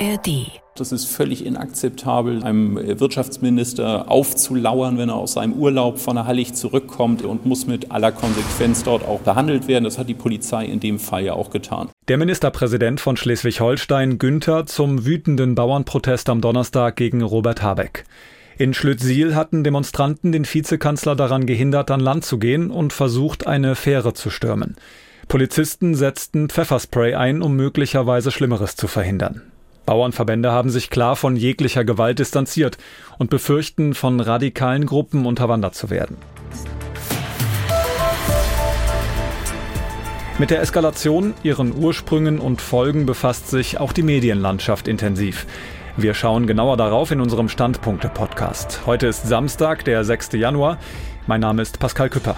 ARD. Das ist völlig inakzeptabel, einem Wirtschaftsminister aufzulauern, wenn er aus seinem Urlaub von der Hallig zurückkommt, und muss mit aller Konsequenz dort auch behandelt werden. Das hat die Polizei in dem Fall ja auch getan. Der Ministerpräsident von Schleswig-Holstein, Günther, zum wütenden Bauernprotest am Donnerstag gegen Robert Habeck. In Schlüttsiel hatten Demonstranten den Vizekanzler daran gehindert, an Land zu gehen und versucht, eine Fähre zu stürmen. Polizisten setzten Pfefferspray ein, um möglicherweise Schlimmeres zu verhindern. Bauernverbände haben sich klar von jeglicher Gewalt distanziert und befürchten, von radikalen Gruppen unterwandert zu werden. Mit der Eskalation, ihren Ursprüngen und Folgen befasst sich auch die Medienlandschaft intensiv. Wir schauen genauer darauf in unserem Standpunkte-Podcast. Heute ist Samstag, der 6. Januar. Mein Name ist Pascal Küpper.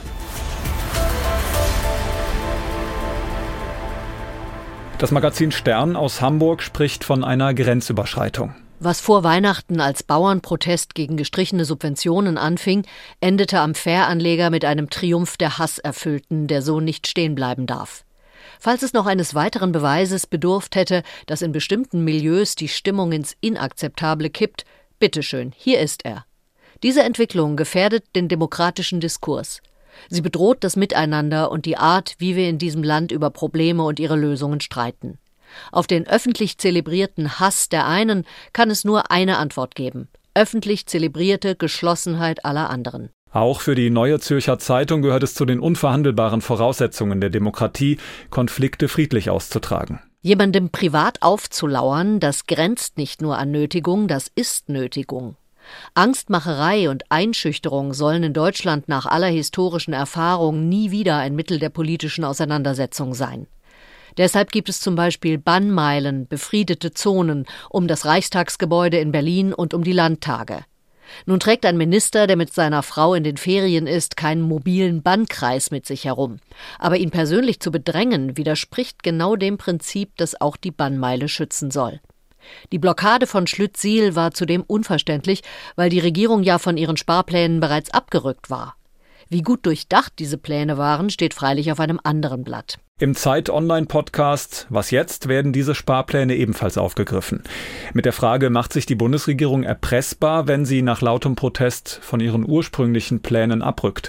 Das Magazin Stern aus Hamburg spricht von einer Grenzüberschreitung. Was vor Weihnachten als Bauernprotest gegen gestrichene Subventionen anfing, endete am Fähranleger mit einem Triumph der Hasserfüllten, der so nicht stehen bleiben darf. Falls es noch eines weiteren Beweises bedurft hätte, dass in bestimmten Milieus die Stimmung ins Inakzeptable kippt, bitteschön, hier ist er. Diese Entwicklung gefährdet den demokratischen Diskurs. Sie bedroht das Miteinander und die Art, wie wir in diesem Land über Probleme und ihre Lösungen streiten. Auf den öffentlich zelebrierten Hass der einen kann es nur eine Antwort geben: öffentlich zelebrierte Geschlossenheit aller anderen. Auch für die Neue Zürcher Zeitung gehört es zu den unverhandelbaren Voraussetzungen der Demokratie, Konflikte friedlich auszutragen. Jemandem privat aufzulauern, das grenzt nicht nur an Nötigung, das ist Nötigung. Angstmacherei und Einschüchterung sollen in Deutschland nach aller historischen Erfahrung nie wieder ein Mittel der politischen Auseinandersetzung sein. Deshalb gibt es zum Beispiel Bannmeilen, befriedete Zonen um das Reichstagsgebäude in Berlin und um die Landtage. Nun trägt ein Minister, der mit seiner Frau in den Ferien ist, keinen mobilen Bannkreis mit sich herum. Aber ihn persönlich zu bedrängen, widerspricht genau dem Prinzip, das auch die Bannmeile schützen soll. Die Blockade von Schlüttsiel war zudem unverständlich, weil die Regierung ja von ihren Sparplänen bereits abgerückt war. Wie gut durchdacht diese Pläne waren, steht freilich auf einem anderen Blatt. Im Zeit-Online-Podcast Was jetzt? Werden diese Sparpläne ebenfalls aufgegriffen. Mit der Frage, macht sich die Bundesregierung erpressbar, wenn sie nach lautem Protest von ihren ursprünglichen Plänen abrückt?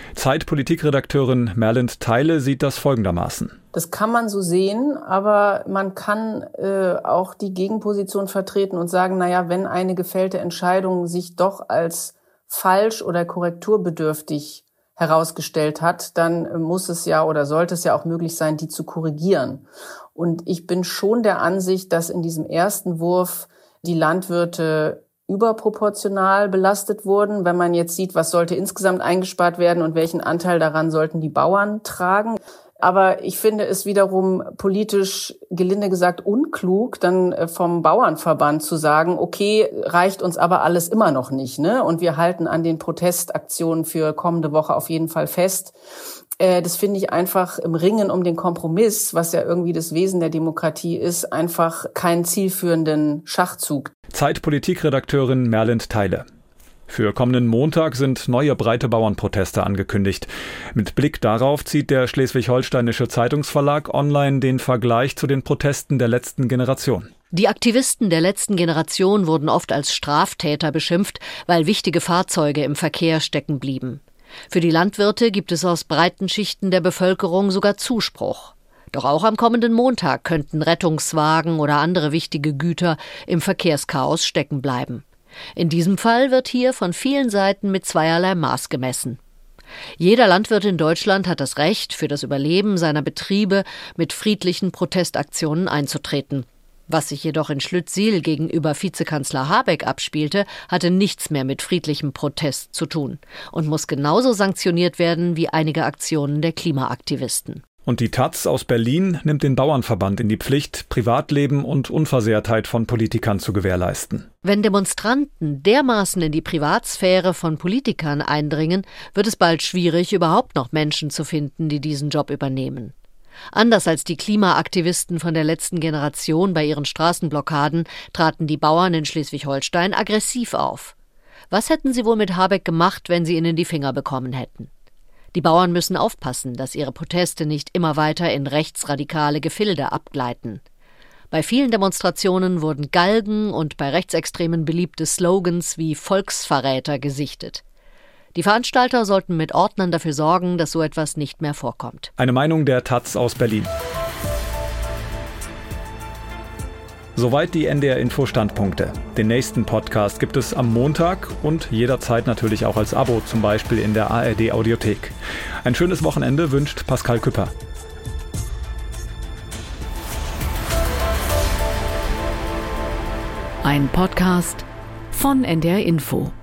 Zeit-Politikredakteurin Merlind Theile sieht das folgendermaßen. Das kann man so sehen, aber man kann auch die Gegenposition vertreten und sagen, wenn eine gefällte Entscheidung sich doch als falsch oder korrekturbedürftig herausgestellt hat, dann muss es ja oder sollte es ja auch möglich sein, die zu korrigieren. Und ich bin schon der Ansicht, dass in diesem ersten Wurf die Landwirte überproportional belastet wurden. Wenn man jetzt sieht, was sollte insgesamt eingespart werden und welchen Anteil daran sollten die Bauern tragen. Aber ich finde es wiederum politisch, gelinde gesagt, unklug, dann vom Bauernverband zu sagen, okay, reicht uns aber alles immer noch nicht, ne? Und wir halten an den Protestaktionen für kommende Woche auf jeden Fall fest. Das finde ich einfach im Ringen um den Kompromiss, was ja irgendwie das Wesen der Demokratie ist, einfach keinen zielführenden Schachzug. Zeit-Politikredakteurin Merlind Theile. Für kommenden Montag sind neue breite Bauernproteste angekündigt. Mit Blick darauf zieht der Schleswig-Holsteinische Zeitungsverlag online den Vergleich zu den Protesten der letzten Generation. Die Aktivisten der letzten Generation wurden oft als Straftäter beschimpft, weil wichtige Fahrzeuge im Verkehr stecken blieben. Für die Landwirte gibt es aus breiten Schichten der Bevölkerung sogar Zuspruch. Doch auch am kommenden Montag könnten Rettungswagen oder andere wichtige Güter im Verkehrschaos stecken bleiben. In diesem Fall wird hier von vielen Seiten mit zweierlei Maß gemessen. Jeder Landwirt in Deutschland hat das Recht, für das Überleben seiner Betriebe mit friedlichen Protestaktionen einzutreten. Was sich jedoch in Schlüttsiel gegenüber Vizekanzler Habeck abspielte, hatte nichts mehr mit friedlichem Protest zu tun und muss genauso sanktioniert werden wie einige Aktionen der Klimaaktivisten. Und die taz aus Berlin nimmt den Bauernverband in die Pflicht, Privatleben und Unversehrtheit von Politikern zu gewährleisten. Wenn Demonstranten dermaßen in die Privatsphäre von Politikern eindringen, wird es bald schwierig, überhaupt noch Menschen zu finden, die diesen Job übernehmen. Anders als die Klimaaktivisten von der letzten Generation bei ihren Straßenblockaden traten die Bauern in Schleswig-Holstein aggressiv auf. Was hätten sie wohl mit Habeck gemacht, wenn sie ihn in die Finger bekommen hätten? Die Bauern müssen aufpassen, dass ihre Proteste nicht immer weiter in rechtsradikale Gefilde abgleiten. Bei vielen Demonstrationen wurden Galgen und bei Rechtsextremen beliebte Slogans wie Volksverräter gesichtet. Die Veranstalter sollten mit Ordnern dafür sorgen, dass so etwas nicht mehr vorkommt. Eine Meinung der taz aus Berlin. Soweit die NDR-Info-Standpunkte. Den nächsten Podcast gibt es am Montag und jederzeit natürlich auch als Abo, zum Beispiel in der ARD-Audiothek. Ein schönes Wochenende wünscht Pascal Küpper. Ein Podcast von NDR Info.